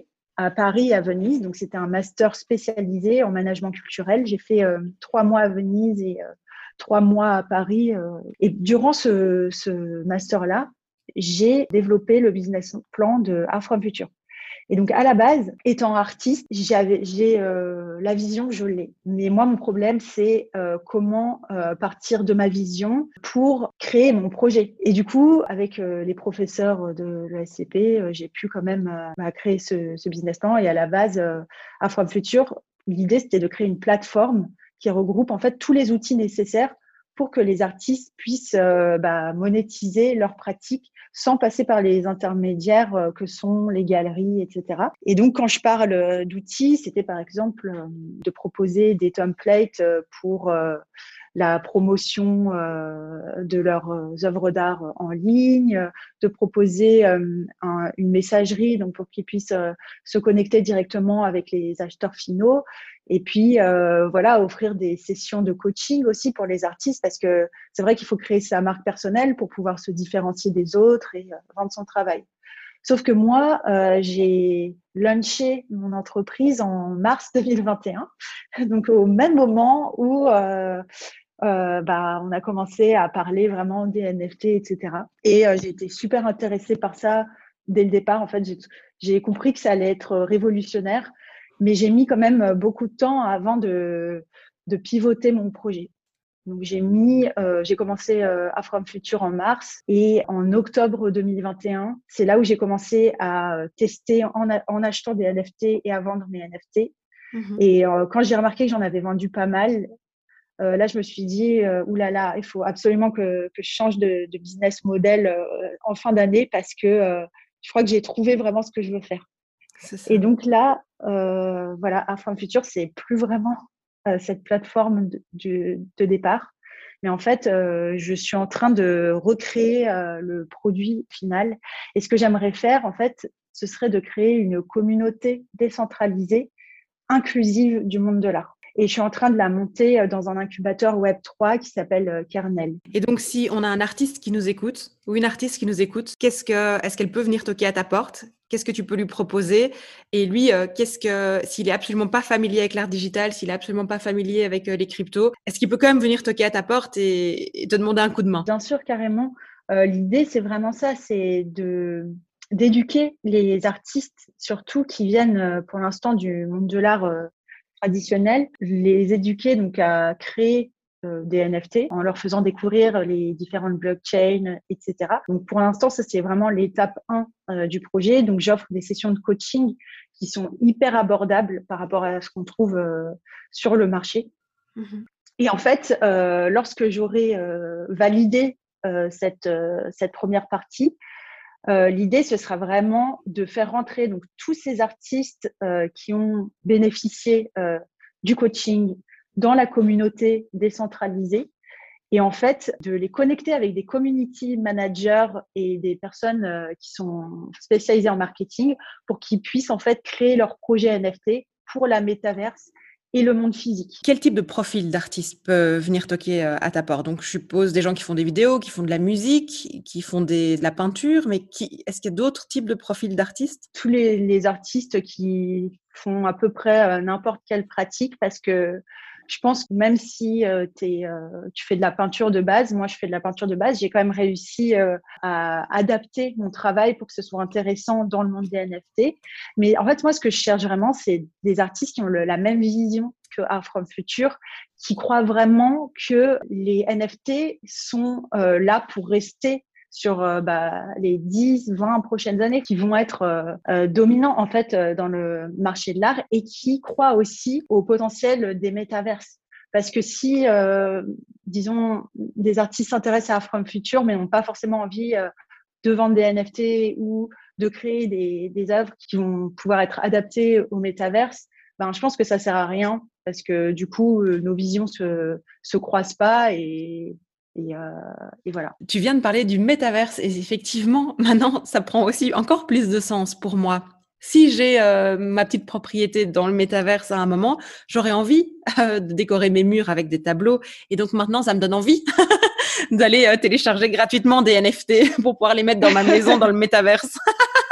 à Paris et à Venise. Donc, c'était un master spécialisé en management culturel. J'ai fait euh, trois mois à Venise et euh, trois mois à Paris. Euh, et durant ce, ce master-là, j'ai développé le business plan de Art from Future. Et donc, à la base, étant artiste, j'avais, j'ai euh, la vision, je l'ai. Mais moi, mon problème, c'est euh, comment euh, partir de ma vision pour créer mon projet. Et du coup, avec euh, les professeurs de l'E S C P, euh, j'ai pu quand même euh, bah, créer ce, ce business plan. Et à la base, euh, Art from Future, l'idée, c'était de créer une plateforme qui regroupe en fait tous les outils nécessaires pour que les artistes puissent euh, bah, monétiser leurs pratiques sans passer par les intermédiaires euh, que sont les galeries, et cetera. Et donc, quand je parle d'outils, c'était par exemple euh, de proposer des templates euh, pour euh, la promotion euh, de leurs œuvres d'art en ligne, de proposer euh, un, une messagerie donc pour qu'ils puissent euh, se connecter directement avec les acheteurs finaux. Et puis, euh, voilà, offrir des sessions de coaching aussi pour les artistes parce que c'est vrai qu'il faut créer sa marque personnelle pour pouvoir se différencier des autres et euh, vendre son travail. Sauf que moi, euh, j'ai launché mon entreprise en mars deux mille vingt et un, donc au même moment où euh, euh, bah, on a commencé à parler vraiment des N F T, et cetera. Et euh, j'ai été super intéressée par ça dès le départ. En fait, j'ai, j'ai compris que ça allait être révolutionnaire. Mais j'ai mis quand même beaucoup de temps avant de, de pivoter mon projet. Donc j'ai mis, euh, j'ai commencé euh, Art from Future en mars et en octobre deux mille vingt et un, c'est là où j'ai commencé à tester en, a, en achetant des N F T et à vendre mes N F T. Mm-hmm. Et euh, quand j'ai remarqué que j'en avais vendu pas mal, euh, là je me suis dit euh, oulala, il faut absolument que, que je change de, de business model euh, en fin d'année parce que euh, je crois que j'ai trouvé vraiment ce que je veux faire. Et donc là, euh, voilà, Art from Future, c'est plus vraiment euh, cette plateforme de, de, de départ. Mais en fait, euh, je suis en train de recréer euh, le produit final. Et ce que j'aimerais faire, en fait, ce serait de créer une communauté décentralisée, inclusive du monde de l'art. Et je suis en train de la monter dans un incubateur web trois qui s'appelle Kernel. Et donc, si on a un artiste qui nous écoute ou une artiste qui nous écoute, qu'est-ce que, est-ce qu'elle peut venir toquer à ta porte ? Qu'est-ce que tu peux lui proposer ? Et lui, euh, qu'est-ce que, s'il est absolument pas familier avec l'art digital, s'il est absolument pas familier avec euh, les cryptos, est-ce qu'il peut quand même venir toquer à ta porte et, et te demander un coup de main ? Bien sûr, carrément. Euh, l'idée, c'est vraiment ça, c'est de d'éduquer les artistes, surtout qui viennent pour l'instant du monde de l'art euh, traditionnel, les éduquer donc à créer euh, des N F T en leur faisant découvrir les différentes blockchains, et cetera. Donc pour l'instant, ça c'est vraiment l'étape un euh, du projet. Donc j'offre des sessions de coaching qui sont hyper abordables par rapport à ce qu'on trouve euh, sur le marché. Mm-hmm. Et en fait, euh, lorsque j'aurai euh, validé euh, cette, euh, cette première partie, Euh, l'idée, ce sera vraiment de faire rentrer donc tous ces artistes euh, qui ont bénéficié euh, du coaching dans la communauté décentralisée et en fait de les connecter avec des community managers et des personnes euh, qui sont spécialisées en marketing pour qu'ils puissent en fait créer leur projet N F T pour la métaverse et le monde physique. Quel type de profil d'artiste peut venir toquer à ta porte ? Donc, je suppose des gens qui font des vidéos, qui font de la musique, qui font des, de la peinture, mais qui, est-ce qu'il y a d'autres types de profils d'artistes ? Tous les, les artistes qui font à peu près euh, n'importe quelle pratique, parce que je pense que même si euh, t'es, euh, tu fais de la peinture de base, moi je fais de la peinture de base, j'ai quand même réussi euh, à adapter mon travail pour que ce soit intéressant dans le monde des N F T. Mais en fait, moi, ce que je cherche vraiment, c'est des artistes qui ont le, la même vision que Art from Future, qui croient vraiment que les N F T sont euh, là pour rester sur euh, bah, les dix, vingt prochaines années, qui vont être euh, euh, dominants en fait euh, dans le marché de l'art et qui croient aussi au potentiel des métaverses. Parce que si, euh, disons, des artistes s'intéressent à Art from Future mais n'ont pas forcément envie euh, de vendre des N F T ou de créer des, des œuvres qui vont pouvoir être adaptées au métaverse, ben, je pense que ça sert à rien parce que du coup, euh, nos visions se, se croisent pas et Et, euh, et voilà. Tu viens de parler du métaverse et effectivement, maintenant, ça prend aussi encore plus de sens pour moi. Si j'ai euh, ma petite propriété dans le métaverse à un moment, j'aurais envie euh, de décorer mes murs avec des tableaux. Et donc maintenant, ça me donne envie d'aller euh, télécharger gratuitement des N F T pour pouvoir les mettre dans ma maison dans le métaverse.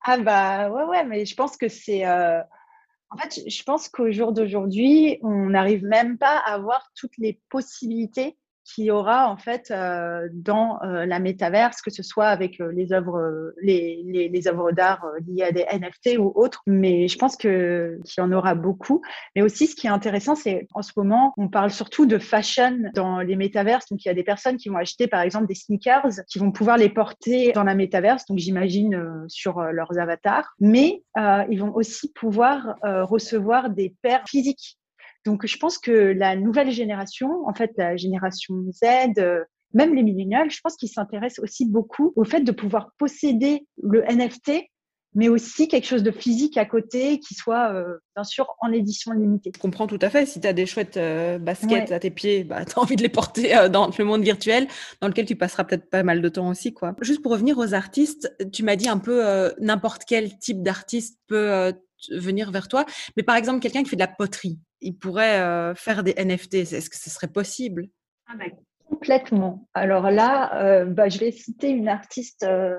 Ah bah ouais, ouais, mais je pense que c'est. euh, En fait, je je pense qu'au jour d'aujourd'hui, on n'arrive même pas à voir toutes les possibilités qu'il y aura en fait euh, dans euh, la métaverse, que ce soit avec euh, les œuvres, euh, les, les, les œuvres d'art euh, liées à des N F T ou autres. Mais je pense que qu'il y en aura beaucoup. Mais aussi, ce qui est intéressant, c'est en ce moment, on parle surtout de fashion dans les métaverses. Donc, il y a des personnes qui vont acheter, par exemple, des sneakers, qui vont pouvoir les porter dans la métaverse. Donc, j'imagine euh, sur euh, leurs avatars. Mais euh, ils vont aussi pouvoir euh, recevoir des paires physiques. Donc, je pense que la nouvelle génération, en fait, la génération Z, euh, même les millénials, je pense qu'ils s'intéressent aussi beaucoup au fait de pouvoir posséder le N F T, mais aussi quelque chose de physique à côté qui soit, euh, bien sûr, en édition limitée. Je comprends tout à fait. Si tu as des chouettes euh, baskets Ouais. à tes pieds, bah, tu as envie de les porter euh, dans le monde virtuel, dans lequel tu passeras peut-être pas mal de temps aussi, quoi. Juste pour revenir aux artistes, tu m'as dit un peu euh, n'importe quel type d'artiste peut euh, t- venir vers toi. Mais par exemple, quelqu'un qui fait de la poterie, il pourrait euh, faire des N F T. Est-ce que ce serait possible? Ah bah, complètement. Alors là, euh, bah, je vais citer une artiste euh,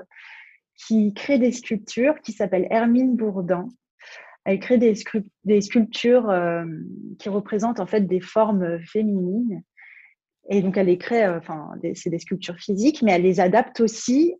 qui crée des sculptures, qui s'appelle Hermine Bourdin. Elle crée des, scru- des sculptures euh, qui représentent en fait des formes féminines. Et donc, elle les crée, euh, enfin, des- c'est des sculptures physiques, mais elle les adapte aussi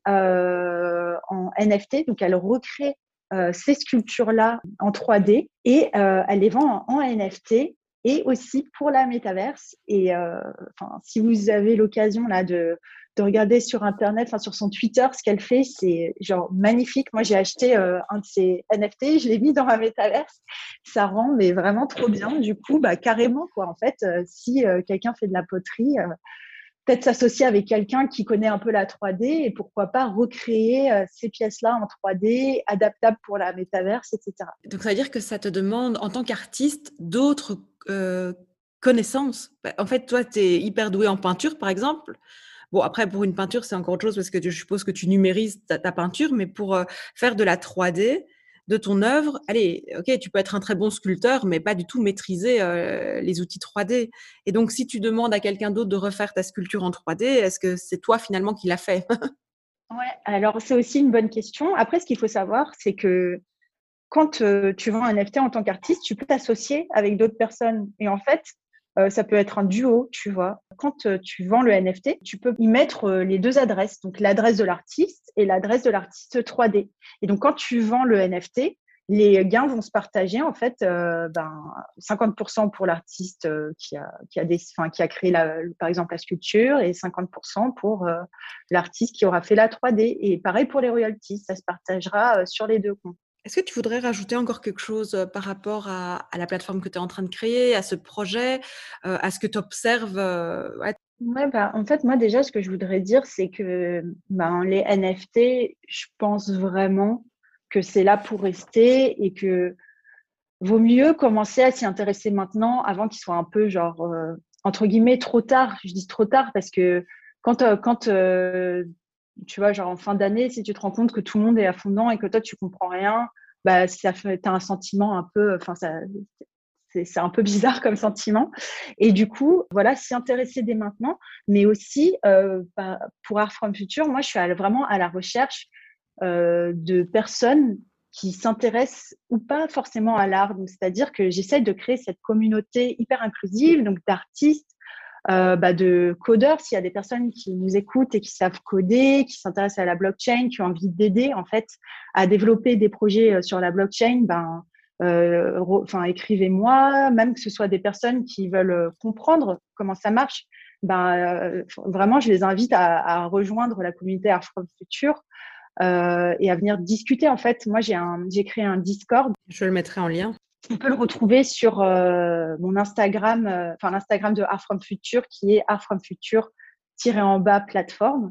euh, en N F T. Donc, elle recrée euh, ces sculptures-là en trois D et euh, elle les vend en, en N F T et aussi pour la métaverse. Et euh, enfin, si vous avez l'occasion là de, de regarder sur Internet, enfin sur son Twitter, ce qu'elle fait, c'est genre magnifique. Moi, j'ai acheté euh, un de ces N F T, je l'ai mis dans ma métaverse. Ça rend mais vraiment trop bien. Du coup, bah carrément quoi. En fait, euh, si euh, quelqu'un fait de la poterie, euh, peut-être s'associer avec quelqu'un qui connaît un peu la trois D et pourquoi pas recréer euh, ces pièces-là en trois D, adaptables pour la métaverse, et cetera. Donc, ça veut dire que ça te demande, en tant qu'artiste, d'autres euh, connaissances. Bah, en fait, toi, tu es hyper doué en peinture, par exemple. Bon, après, pour une peinture, c'est encore autre chose parce que tu- je suppose que tu numérises ta, ta peinture, mais pour euh, faire de la trois D de ton œuvre, allez, ok, tu peux être un très bon sculpteur, mais pas du tout maîtriser euh, les outils trois D. Et donc, si tu demandes à quelqu'un d'autre de refaire ta sculpture en trois D, est-ce que c'est toi finalement qui l'as fait? Ouais, alors c'est aussi une bonne question. Après, ce qu'il faut savoir, c'est que quand euh, tu vends un N F T en tant qu'artiste, tu peux t'associer avec d'autres personnes. Et en fait, euh, ça peut être un duo, tu vois. Quand euh, tu vends le N F T, tu peux y mettre euh, les deux adresses, donc l'adresse de l'artiste et l'adresse de l'artiste trois D. Et donc, quand tu vends le N F T, les gains vont se partager, en fait, euh, ben, cinquante pour cent pour l'artiste euh, qui, a, qui, a des, enfin, qui a créé, la, par exemple, la sculpture et cinquante pour cent pour euh, l'artiste qui aura fait la trois D. Et pareil pour les royalties, ça se partagera euh, sur les deux comptes. Est-ce que tu voudrais rajouter encore quelque chose euh, par rapport à, à la plateforme que tu es en train de créer, à ce projet, euh, à ce que tu observes euh, ouais. Ouais, bah, en fait, moi, déjà, ce que je voudrais dire, c'est que ben, les N F T, je pense vraiment que c'est là pour rester et que vaut mieux commencer à s'y intéresser maintenant avant qu'il soit un peu, genre, euh, entre guillemets, trop tard. Je dis trop tard parce que quand, euh, quand euh, tu vois, genre en fin d'année, si tu te rends compte que tout le monde est à fond dedans et que toi, tu comprends rien, bah, ça fait, t'as un sentiment un peu, enfin, ça, c'est, c'est un peu bizarre comme sentiment. Et du coup, voilà, s'y intéresser dès maintenant, mais aussi euh, bah, pour Art From Future, moi, je suis à- vraiment à la recherche euh, de personnes qui s'intéressent ou pas forcément à l'art. Donc, c'est-à-dire que j'essaie de créer cette communauté hyper inclusive, donc d'artistes, euh, bah, de codeurs, s'il y a des personnes qui nous écoutent et qui savent coder, qui s'intéressent à la blockchain, qui ont envie d'aider en fait à développer des projets euh, sur la blockchain, ben, euh, enfin, écrivez-moi, même que ce soit des personnes qui veulent euh, comprendre comment ça marche, ben, euh, vraiment, je les invite à, à rejoindre la communauté Art From Future euh, et à venir discuter. En fait, moi, j'ai un, j'ai créé un Discord. Je le mettrai en lien. On peut le retrouver sur euh, mon Instagram, euh, enfin l'Instagram de Art From Future, qui est Art From Future en bas plateforme.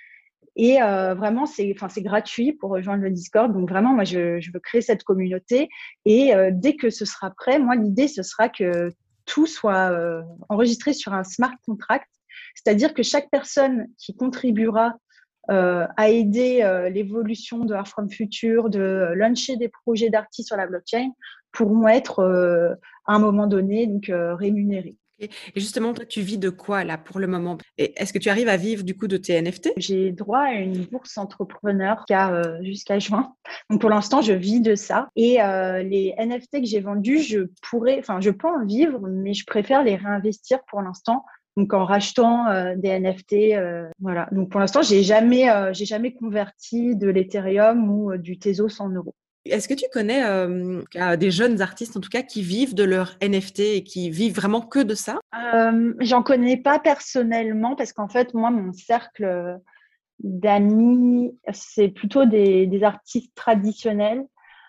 Et euh, vraiment, c'est, enfin, c'est gratuit pour rejoindre le Discord. Donc vraiment, moi, je, je veux créer cette communauté. Et euh, dès que ce sera prêt, moi, l'idée, ce sera que tout soit euh, enregistré sur un smart contract. C'est-à-dire que chaque personne qui contribuera euh, à aider euh, l'évolution de Art From Future, de euh, lancer des projets d'artistes sur la blockchain, pourront être euh, à un moment donné donc, euh, rémunérés. Et justement, toi, tu vis de quoi là pour le moment? Et est-ce que tu arrives à vivre du coup de tes N F T? J'ai droit à une bourse entrepreneur jusqu'à euh, jusqu'à juin. Donc pour l'instant, je vis de ça. Et euh, les N F T que j'ai vendus, je pourrais, enfin, je peux en vivre, mais je préfère les réinvestir pour l'instant. Donc en rachetant euh, des N F T, euh, voilà. Donc pour l'instant, j'ai jamais, euh, j'ai jamais converti de l'Ethereum ou euh, du Tezos en euros. Est-ce que tu connais euh, euh, des jeunes artistes en tout cas qui vivent de leur N F T et qui vivent vraiment que de ça? Euh, j'en connais pas personnellement parce qu'en fait, moi, mon cercle d'amis, c'est plutôt des, des artistes traditionnels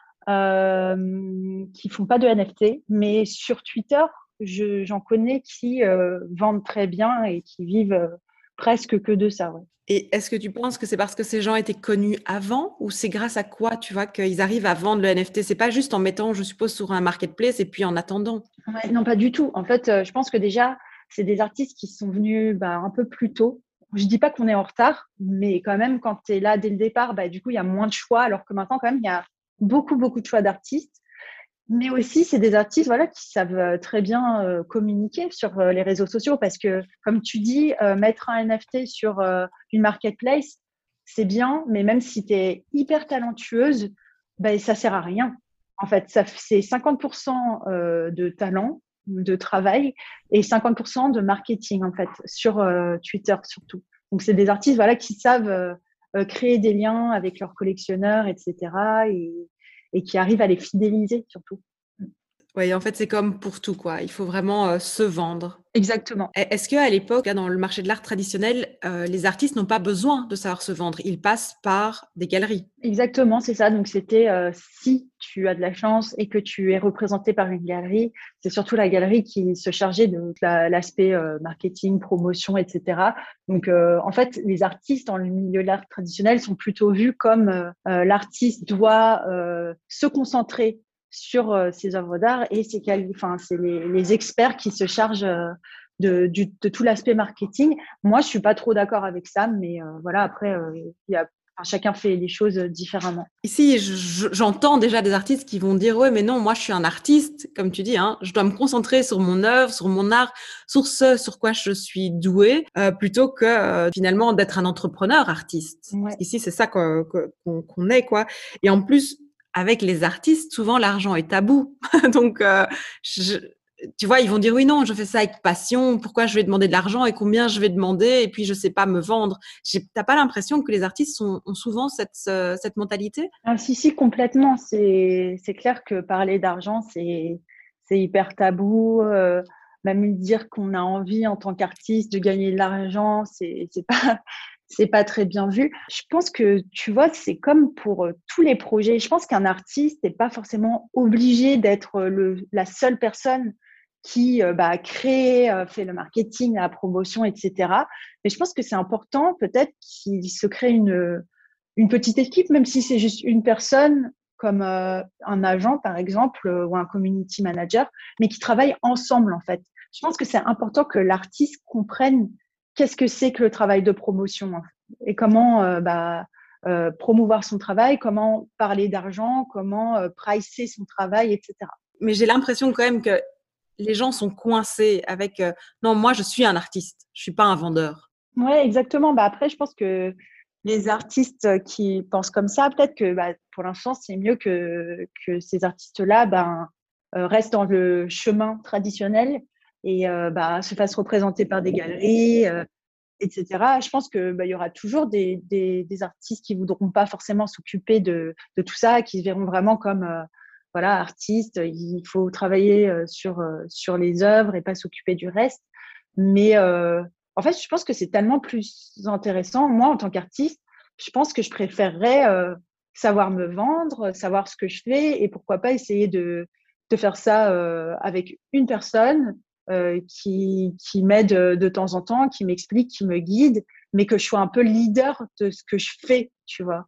euh, qui font pas de N F T, mais sur Twitter, je, j'en connais qui euh, vendent très bien et qui vivent euh, presque que de ça. Ouais. Et est-ce que tu penses que c'est parce que ces gens étaient connus avant ou c'est grâce à quoi, tu vois, qu'ils arrivent à vendre le N F T? C'est pas juste en mettant, je suppose, sur un marketplace et puis en attendant. Ouais, non, pas du tout. En fait, euh, je pense que déjà, c'est des artistes qui sont venus bah, un peu plus tôt. Je dis pas qu'on est en retard, mais quand même, quand tu es là dès le départ, bah, du coup, il y a moins de choix, alors que maintenant, quand même, il y a beaucoup, beaucoup de choix d'artistes. Mais aussi, c'est des artistes voilà, qui savent euh, très bien euh, communiquer sur euh, les réseaux sociaux parce que, comme tu dis, euh, mettre un N F T sur euh, une marketplace, c'est bien, mais même si tu es hyper talentueuse, ben, ça sert à rien. En fait, ça, c'est cinquante pour cent euh, de talent, de travail et cinquante pour cent de marketing, en fait, sur euh, Twitter surtout. Donc, c'est des artistes voilà, qui savent euh, euh, créer des liens avec leurs collectionneurs, et cetera. Et, et qui arrivent à les fidéliser surtout. Oui, en fait, c'est comme pour tout, quoi. Il faut vraiment euh, se vendre. Exactement. Et est-ce qu'à l'époque, dans le marché de l'art traditionnel, euh, les artistes n'ont pas besoin de savoir se vendre? Ils passent par des galeries. Exactement, c'est ça. Donc, c'était euh, si tu as de la chance et que tu es représenté par une galerie, c'est surtout la galerie qui se chargeait de la, l'aspect euh, marketing, promotion, et cetera. Donc, euh, en fait, les artistes dans le milieu de l'art traditionnel sont plutôt vus comme euh, euh, l'artiste doit euh, se concentrer sur euh, ses œuvres d'art et c'est, enfin, c'est les, les experts qui se chargent euh, de, du, de tout l'aspect marketing. Moi, je suis pas trop d'accord avec ça, mais euh, voilà, après, euh, il y a Enfin, chacun fait les choses différemment. Ici, je- j'entends déjà des artistes qui vont dire, ouais, mais non, moi, je suis un artiste, comme tu dis, hein, je dois me concentrer sur mon œuvre, sur mon art, sur ce sur quoi je suis douée, euh, plutôt que euh, finalement d'être un entrepreneur artiste. Parce Ouais. qu'ici, c'est ça qu'on qu'on qu'on est, quoi. Et en plus, avec les artistes, souvent l'argent est tabou. Donc, euh, je, tu vois, ils vont dire oui, non, je fais ça avec passion. Pourquoi je vais demander de l'argent et combien je vais demander et puis je sais pas me vendre. J'ai, t'as pas l'impression que les artistes sont, ont souvent cette, euh, cette mentalité? Ah, si, si, complètement. C'est, c'est clair que parler d'argent, c'est, c'est hyper tabou. Euh, même dire qu'on a envie en tant qu'artiste de gagner de l'argent, c'est, c'est pas, c'est pas très bien vu. Je pense que, tu vois, c'est comme pour euh, tous les projets. Je pense qu'un artiste n'est pas forcément obligé d'être le, la seule personne qui euh, bah, crée, euh, fait le marketing, la promotion, et cetera. Mais je pense que c'est important peut-être qu'il se crée une une petite équipe, même si c'est juste une personne, comme euh, un agent, par exemple, euh, ou un community manager, mais qui travaillent ensemble, en fait. Je pense que c'est important que l'artiste comprenne qu'est-ce que c'est que le travail de promotion hein, et comment euh, bah, euh, promouvoir son travail, comment parler d'argent, comment euh, pricer son travail, et cetera. Mais j'ai l'impression quand même que les gens sont coincés avec euh, non, moi je suis un artiste, je suis pas un vendeur. Oui, exactement. Bah, après, je pense que les artistes qui pensent comme ça, peut-être que bah, pour l'instant, c'est mieux que, que ces artistes-là ben, euh, restent dans le chemin traditionnel et euh, bah, se fassent représenter par des galeries, euh, et cetera. Je pense qu'il bah, y aura toujours des, des, des artistes qui ne voudront pas forcément s'occuper de, de tout ça, qui se verront vraiment comme euh, voilà, artistes. Il faut travailler euh, sur, euh, sur les œuvres et pas s'occuper du reste. Mais euh, en fait, je pense que c'est tellement plus intéressant. Moi, en tant qu'artiste, je pense que je préférerais euh, savoir me vendre, savoir ce que je fais et pourquoi pas essayer de, de faire ça euh, avec une personne euh, qui, qui m'aide de temps en temps, qui m'explique, qui me guide, mais que je sois un peu leader de ce que je fais, tu vois,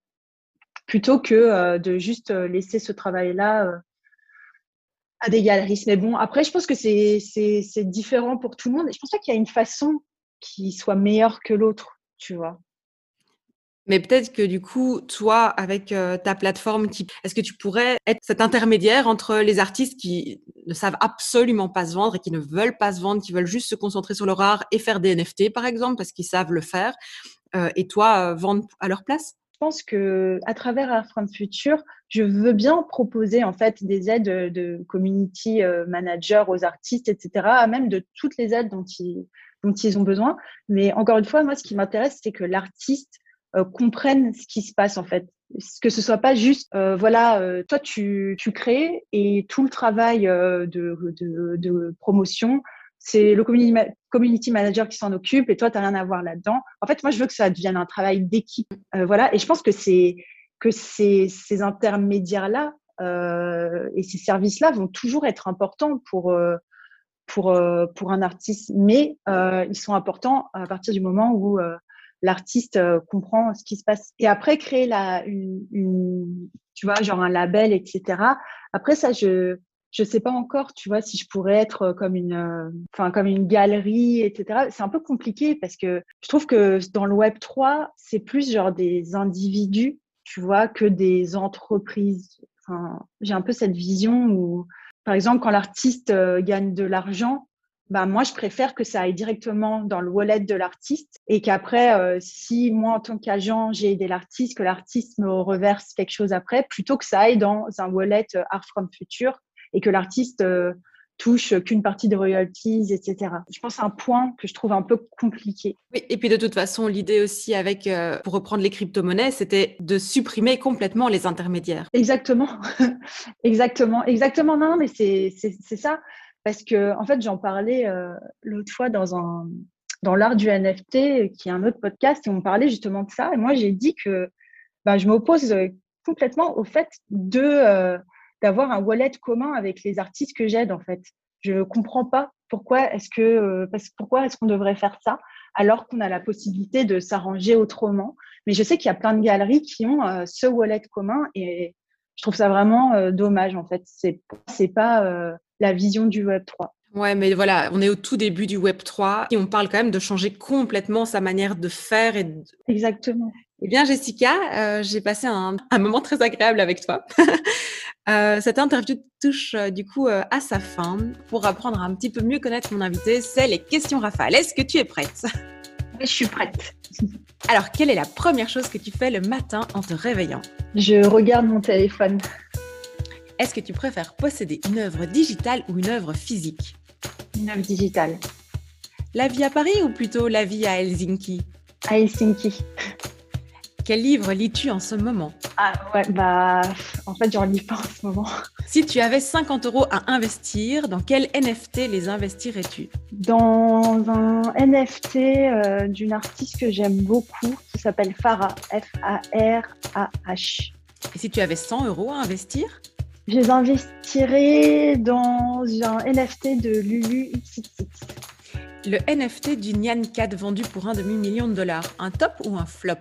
plutôt que euh, de juste laisser ce travail-là euh, à des galeries. Mais bon, après, je pense que c'est, c'est, c'est différent pour tout le monde. Et je pense pas qu'il y a une façon qui soit meilleure que l'autre, tu vois. Mais peut-être que du coup, toi, avec euh, ta plateforme, qui... est-ce que tu pourrais être cet intermédiaire entre les artistes qui ne savent absolument pas se vendre et qui ne veulent pas se vendre, qui veulent juste se concentrer sur leur art et faire des N F T, par exemple, parce qu'ils savent le faire, euh, et toi, euh, vendre à leur place? Je pense que à travers Art from Future, je veux bien proposer en fait des aides de community euh, manager aux artistes, et cetera, même de toutes les aides dont ils, dont ils ont besoin. Mais encore une fois, moi, ce qui m'intéresse, c'est que l'artiste euh, comprenne ce qui se passe en fait. Que ce soit pas juste, euh, voilà, euh, toi tu, tu crées et tout le travail euh, de, de, de promotion, c'est le community, ma- community manager qui s'en occupe et toi, tu n'as rien à voir là-dedans. En fait, moi, je veux que ça devienne un travail d'équipe. Euh, voilà. Et je pense que, c'est, que ces, ces intermédiaires-là euh, et ces services-là vont toujours être importants pour, euh, pour, euh, pour un artiste, mais euh, ils sont importants à partir du moment où euh, l'artiste euh, comprend ce qui se passe. Et après, créer la, une, une, tu vois, genre un label, et cetera. Après, ça, je je sais pas encore, tu vois, si je pourrais être comme une, euh, enfin, comme une galerie, et cetera. C'est un peu compliqué parce que je trouve que dans le web trois, c'est plus genre des individus, tu vois, que des entreprises. Enfin, j'ai un peu cette vision où, par exemple, quand l'artiste euh, gagne de l'argent, bah, moi, je préfère que ça aille directement dans le wallet de l'artiste et qu'après, euh, si moi, en tant qu'agent, j'ai aidé l'artiste, que l'artiste me reverse quelque chose après, plutôt que ça aille dans un wallet euh, Art from Future et que l'artiste euh, touche qu'une partie des royalties, et cetera. Je pense que c'est un point que je trouve un peu compliqué. Oui, et puis de toute façon, l'idée aussi avec, euh, pour reprendre les crypto-monnaies, c'était de supprimer complètement les intermédiaires. Exactement, exactement, exactement. Non, non, mais c'est, c'est, c'est ça. Parce que, en fait, j'en parlais euh, l'autre fois dans un, dans l'art du N F T, qui est un autre podcast, et on parlait justement de ça. Et moi, j'ai dit que ben, je m'oppose euh, complètement au fait de, euh, d'avoir un wallet commun avec les artistes que j'aide, en fait. Je comprends pas pourquoi est-ce que, euh, parce, pourquoi est-ce qu'on devrait faire ça alors qu'on a la possibilité de s'arranger autrement. Mais je sais qu'il y a plein de galeries qui ont euh, ce wallet commun et je trouve ça vraiment euh, dommage, en fait. C'est, c'est pas euh, la vision du web trois. Ouais, mais voilà, on est au tout début du web trois et on parle quand même de changer complètement sa manière de faire. Et de... Exactement. Eh bien, Jessica, euh, j'ai passé un, un moment très agréable avec toi. euh, cette interview touche euh, du coup euh, à sa fin. Pour apprendre à un petit peu mieux connaître mon invité, c'est les questions rafales. Est-ce que tu es prête? Je suis prête. Alors, quelle est la première chose que tu fais le matin en te réveillant? Je regarde mon téléphone. Est-ce que tu préfères posséder une œuvre digitale ou une œuvre physique? Une œuvre digitale. La vie à Paris ou plutôt la vie à Helsinki? À Helsinki. Quel livre lis-tu en ce moment? Ah ouais, bah en fait, j'en lis pas en ce moment. Si tu avais cinquante euros à investir, dans quel N F T les investirais-tu? Dans un N F T euh, d'une artiste que j'aime beaucoup qui s'appelle Farah, F A R A H. Et si tu avais cent euros à investir? Je les investirais dans un N F T de Lulu X X X. Le N F T du Nyan Cat vendu pour un demi-million de dollars, un top ou un flop?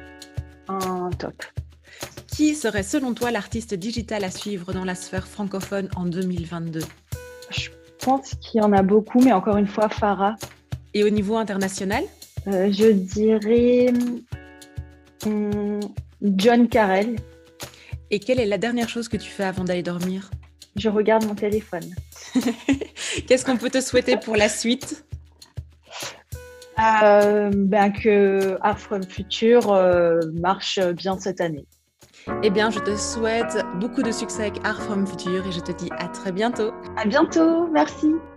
Un top. Qui serait selon toi l'artiste digital à suivre dans la sphère francophone en deux mille vingt-deux? Je pense qu'il y en a beaucoup, mais encore une fois, Farah. Et au niveau international? euh, Je dirais hum, John Carell. Et quelle est la dernière chose que tu fais avant d'aller dormir? Je regarde mon téléphone. Qu'est-ce qu'on peut te souhaiter pour la suite? Euh, ben que Art from Future euh, marche bien cette année. Eh bien, je te souhaite beaucoup de succès avec Art from Future et je te dis à très bientôt. À bientôt, merci.